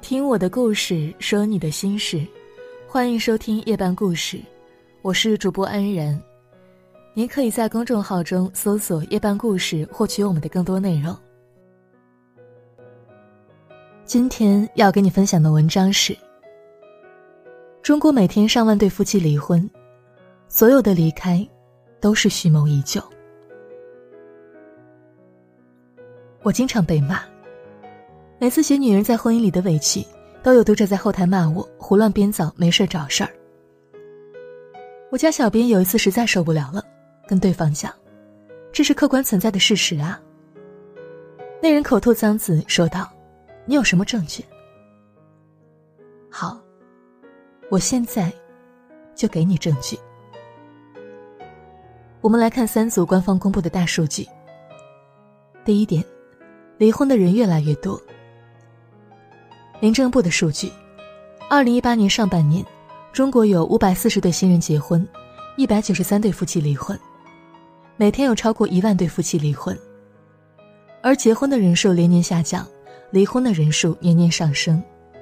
听我的故事，说你的心事，欢迎收听夜半故事，我是主播安然。您可以在公众号中搜索夜半故事，获取我们的更多内容。今天要给你分享的文章是：中国每天上万对夫妻离婚，所有的离开都是蓄谋已久。我经常被骂，每次写女人在婚姻里的委屈，都有读者在后台骂我胡乱编造，没事找事儿。我家小编有一次实在受不了了，跟对方讲，这是客观存在的事实啊。那人口吐脏字说道，你有什么证据？好，我现在就给你证据。我们来看3组官方公布的大数据。第一点，离婚的人越来越多。民政部的数据，2018年上半年，中国有540对新人结婚，193对夫妻离婚，每天有超过1万对夫妻离婚。而结婚的人数连年下降，离婚的人数年年上升。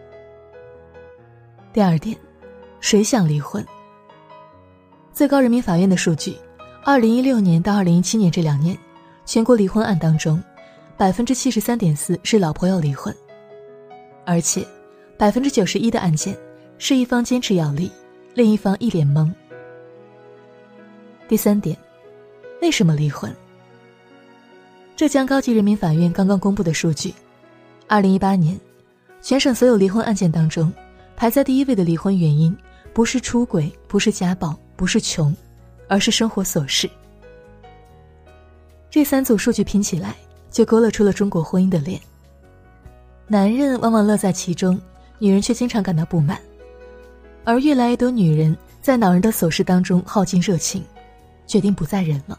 第二点，谁想离婚？最高人民法院的数据，2016年到2017年这2年，全国离婚案当中，73.4%是老婆要离婚，而且91%的案件是一方坚持要离，另一方一脸懵。第三点，为什么离婚？浙江高级人民法院刚刚公布的数据，2018年，全省所有离婚案件当中，排在第1位的离婚原因，不是出轨，不是家暴，不是穷，而是生活琐事。这3组数据拼起来，就勾勒出了中国婚姻的脸。男人往往乐在其中，女人却经常感到不满，而越来越多女人在恼人的琐事当中耗尽热情，决定不再忍了。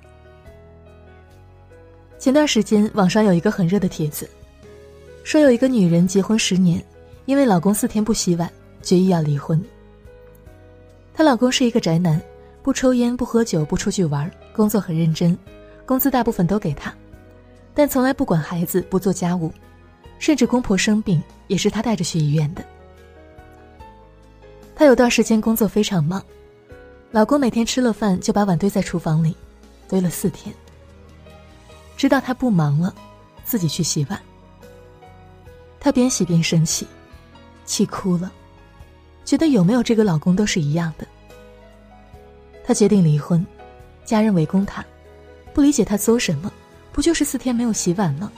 前段时间网上有一个很热的帖子，说有一个女人结婚10年，因为老公4天不洗碗，决意要离婚。她老公是一个宅男，不抽烟，不喝酒，不出去玩，工作很认真，工资大部分都给他，但从来不管孩子，不做家务，甚至公婆生病也是他带着去医院的。她有段时间工作非常忙，老公每天吃了饭就把碗堆在厨房里，堆了4天，直到她不忙了，自己去洗碗。她边洗边生气，气哭了，觉得有没有这个老公都是一样的。她决定离婚，家人围攻她，不理解她作什么，不就是4天没有洗碗了？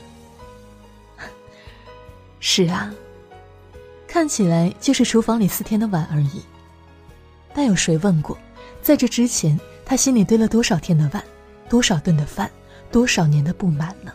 是啊，看起来就是厨房里4天的碗而已，但有谁问过，在这之前她心里堆了多少天的碗，多少顿的饭，多少年的不满呢？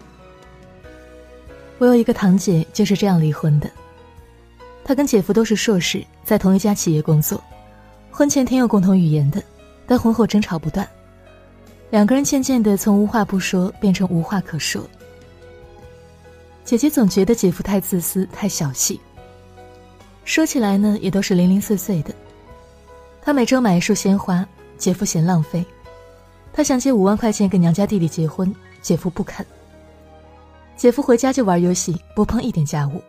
我有一个堂姐就是这样离婚的。她跟姐夫都是硕士，在同一家企业工作，婚前挺有共同语言的，但婚后争吵不断，2个人渐渐地从无话不说变成无话可说。姐姐总觉得姐夫太自私，太小气，说起来呢也都是零零碎碎的。她每周买一束鲜花，姐夫嫌浪费；她想借5万块钱给娘家弟弟结婚，姐夫不肯。姐夫回家就玩游戏，不碰一点家务。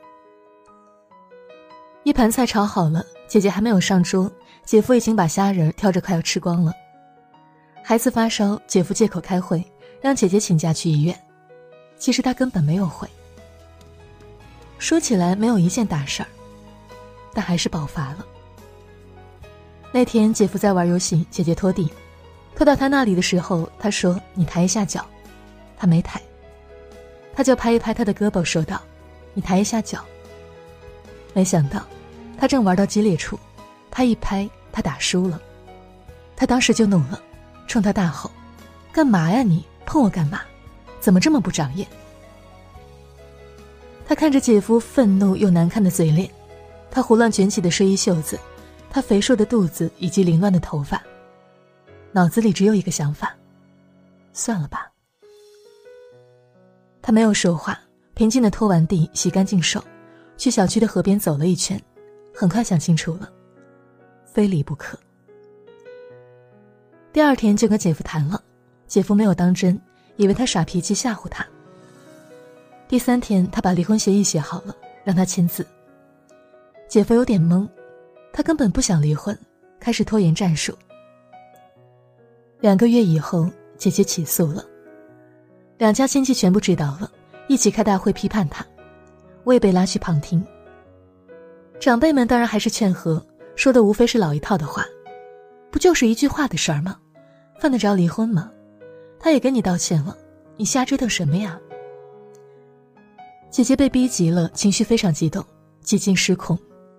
一盘菜炒好了，姐姐还没有上桌，姐夫已经把虾仁挑着快要吃光了。孩子发烧，姐夫借口开会，让姐姐请假去医院，其实他根本没有回。说起来没有一件大事儿，但还是爆发了。那天姐夫在玩游戏，姐姐拖地，拖到他那里的时候，他说你抬一下脚，他没抬，他就拍一拍他的胳膊说道，你抬一下脚。没想到他正玩到激烈处，他一拍，他打输了。他当时就怒了，冲他大吼，干嘛呀你，碰我干嘛，怎么这么不长眼？他看着姐夫愤怒又难看的嘴脸，他胡乱卷起的睡衣袖子，他肥硕的肚子以及凌乱的头发，脑子里只有一个想法，算了吧。他没有说话，平静地拖完地，洗干净手，去小区的河边走了一圈，很快想清楚了，非离不可。第2天就跟姐夫谈了，姐夫没有当真，以为他耍脾气吓唬他。第3天他把离婚协议写好了，让他签字。 姐夫有点懵，他根本不想离婚，开始拖延战术。2个月以后，姐姐起诉了，两家亲戚全部知道了，一起开大会批判他，我也被拉去旁听。长辈们当然还是劝和，说的无非是老一套的话，不就是一句话的事儿吗？犯得着离婚吗？他也跟你道歉了，你瞎折腾什么呀？姐姐被逼急了，情绪非常激动，几近失控。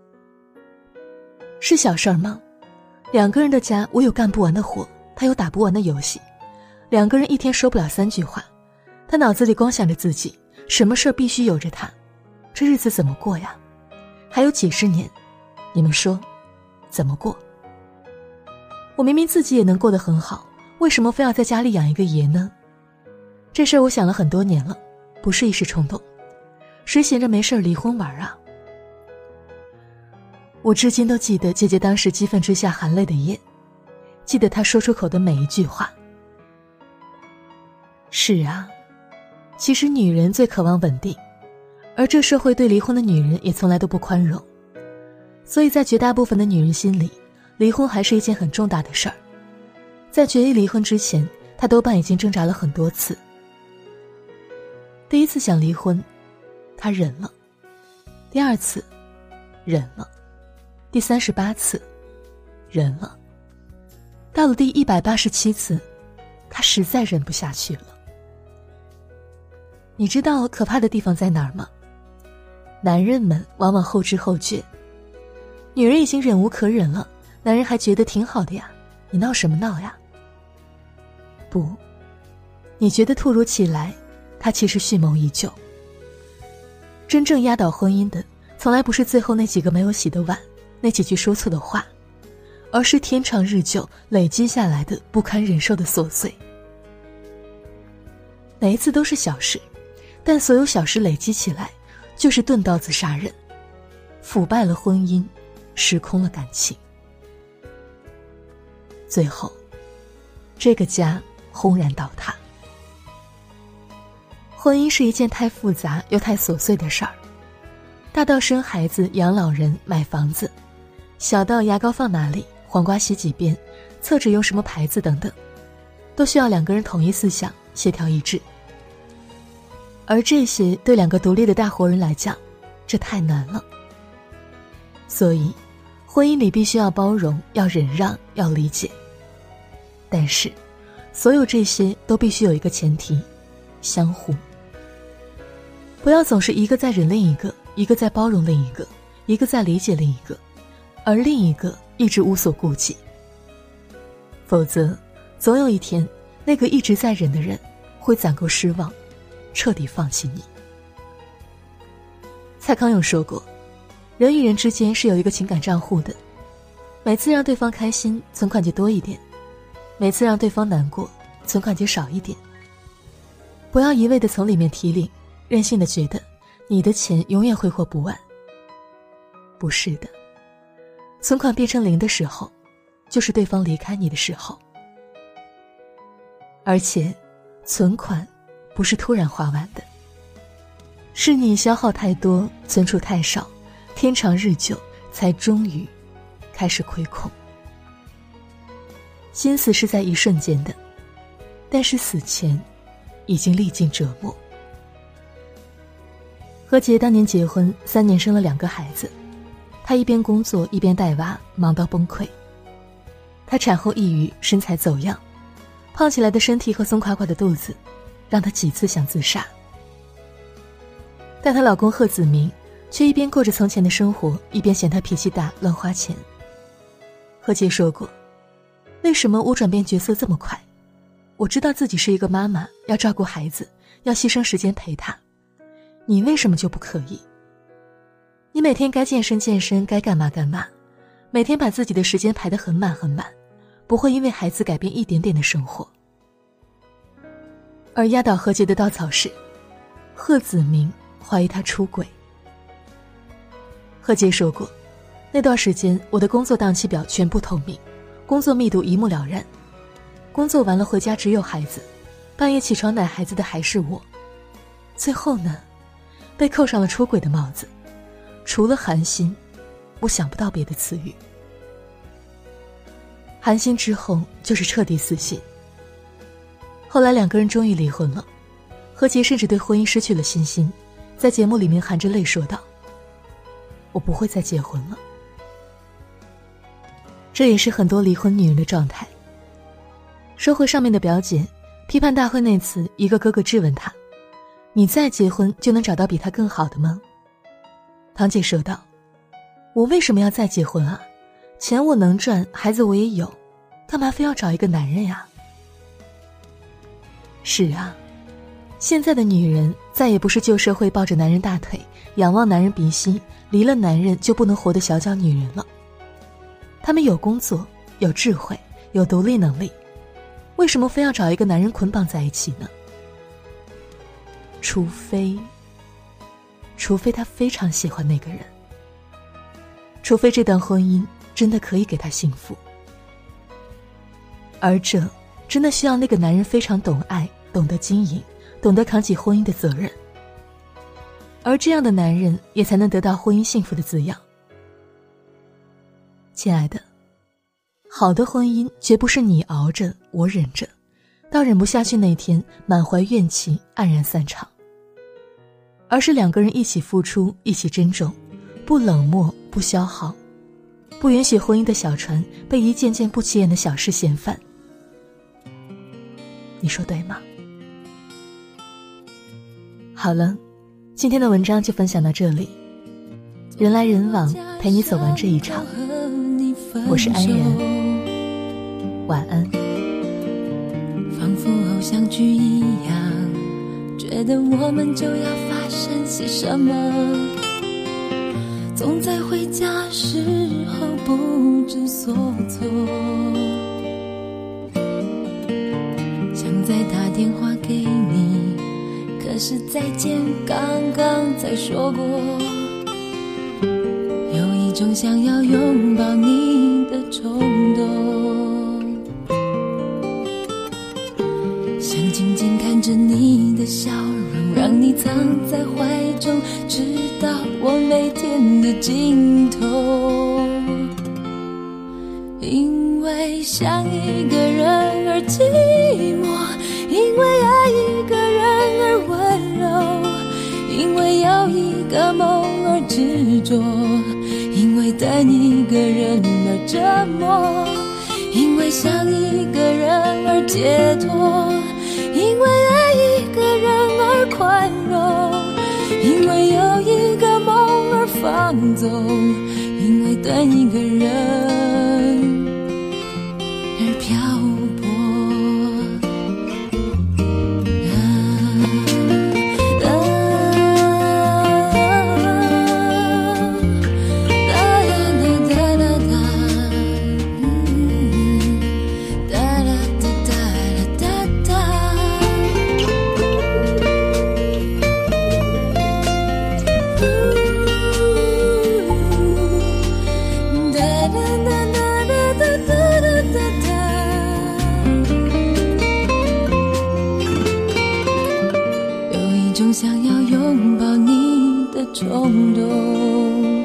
是小事儿吗？2个人的家，我有干不完的活，他有打不完的游戏，2个人一天说不了3句话，他脑子里光想着自己，什么事儿必须由着他，这日子怎么过呀？还有几十年，你们说怎么过？我明明自己也能过得很好，为什么非要在家里养一个爷呢？这事儿我想了很多年了，不是一时冲动，谁闲着没事离婚玩啊？我至今都记得姐姐当时激愤之下含泪的咽，记得她说出口的每一句话。是啊，其实女人最渴望稳定，而这社会对离婚的女人也从来都不宽容，所以在绝大部分的女人心里，离婚还是一件很重大的事儿。在决意离婚之前，她多半已经挣扎了很多次。第1次想离婚，她忍了；第2次，忍了；第38次，忍了；到了第187次，她实在忍不下去了。你知道可怕的地方在哪儿吗？男人们往往后知后觉，女人已经忍无可忍了，男人还觉得挺好的呀，你闹什么闹呀？不，你觉得突如其来，他其实蓄谋已久。真正压倒婚姻的，从来不是最后那几个没有洗的碗，那几句说错的话，而是天长日久累积下来的不堪忍受的琐碎。每一次都是小事，但所有小事累积起来，就是钝刀子杀人，腐败了婚姻，时空了感情。最后，这个家轰然倒塌。婚姻是一件太复杂又太琐碎的事儿，大到生孩子、养老人、买房子，小到牙膏放哪里、黄瓜洗几遍、厕纸用什么牌子等等，都需要2个人统一思想、协调一致。而这些对2个独立的大活人来讲，这太难了。所以，婚姻里必须要包容、要忍让、要理解。但是，所有这些都必须有一个前提：相互。不要总是一个在忍另一个，一个在包容另一个，一个在理解另一个，而另一个一直无所顾忌。否则，总有一天，那个一直在忍的人会攒够失望，彻底放弃你。蔡康永说过，人与人之间是有一个情感账户的，每次让对方开心，存款就多一点；每次让对方难过，存款就少一点。不要一味地从里面提领，任性地觉得你的钱永远挥霍不完。不是的，存款变成0的时候，就是对方离开你的时候。而且，存款不是突然花完的，是你消耗太多，存储太少，天长日久，才终于开始亏空。心思是在一瞬间的，但是死前已经历尽折磨。何洁当年结婚3年生了2个孩子，她一边工作一边带娃，忙到崩溃。她产后抑郁，身材走样，胖起来的身体和松垮垮的肚子让她几次想自杀。但她老公贺子铭却一边过着从前的生活，一边嫌她脾气大乱花钱。何洁说过，为什么我转变角色这么快？我知道自己是一个妈妈，要照顾孩子，要牺牲时间陪他，你为什么就不可以？你每天该健身健身，该干嘛干嘛，每天把自己的时间排得很满很满，不会因为孩子改变一点点的生活。而压倒何洁的稻草是，贺子铭怀疑她出轨。何洁说过，那段时间我的工作档期表全部透明，工作密度一目了然，工作完了回家只有孩子，半夜起床奶孩子的还是我。最后呢，被扣上了出轨的帽子，除了寒心， 我想不到别的词语。寒心之后就是彻底死心。后来两个人终于离婚了，何洁甚至对婚姻失去了信心，在节目里面含着泪说道：我不会再结婚了。这也是很多离婚女人的状态。说回上面的表姐，批判大会那次，一个哥哥质问她：你再结婚就能找到比他更好的吗？堂姐说道：我为什么要再结婚啊？钱我能赚，孩子我也有，干嘛非要找一个男人呀？是啊，现在的女人再也不是旧社会抱着男人大腿，仰望男人鼻息，离了男人就不能活得小脚女人了。她们有工作，有智慧，有独立能力，为什么非要找一个男人捆绑在一起呢？除非他非常喜欢那个人，除非这段婚姻真的可以给他幸福，而这真的需要那个男人非常懂爱，懂得经营，懂得扛起婚姻的责任，而这样的男人也才能得到婚姻幸福的滋养。亲爱的，好的婚姻绝不是你熬着我忍着，到忍不下去那天满怀怨气黯然散场，而是两个人一起付出，一起珍重，不冷漠，不消耗，不允许婚姻的小船被一件件不起眼的小事掀翻。你说对吗？好了，今天的文章就分享到这里。人来人往，陪你走完这一场。我是安然，晚安。 仿佛偶像剧一样，觉得我们就要发生些什么，总在回家时候不知所措，想再打电话给你，可是再见刚刚才说过，有一种想要拥抱你的冲动，想静静看着你的笑容，让你藏在怀中，直到我每天的尽头。因为想一个人而寂寞，因为爱一个人而温柔，因为有一个梦而执着，因为等一个人而折磨，因为想一个人而解脱，因为爱一个人而宽容，因为有一个梦而放纵，因为等一个人而漂泊。想要拥抱你的冲动，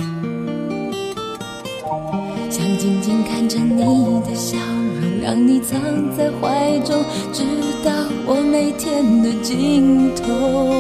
想静静看着你的笑容，让你藏在怀中，直到我每天的尽头。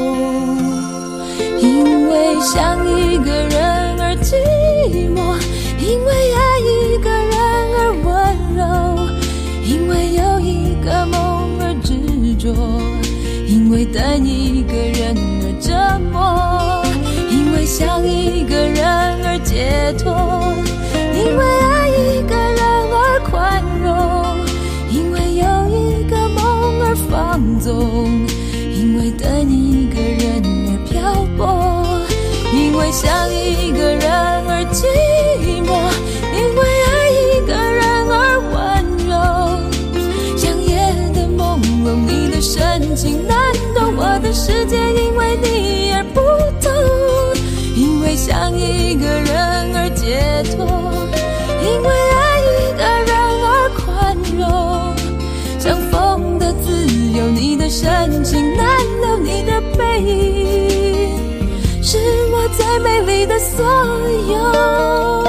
因为想一个人而寂寞，因为爱一个人而温柔，因为有一个梦而执着，因为等一个人而折磨，因为想一个人而解脱，因为爱一个人而宽容，因为有一个梦而放纵，因为等一个人而漂泊，因为想一个人而寂寞，因为爱一个人而温柔，像夜的朦胧，你的深情难懂，我的世界因为你而不同，因为想一个人而解脱，因为爱一个人而宽容，像风的自由，你的深情难留，你的背影是我我最美丽的所有。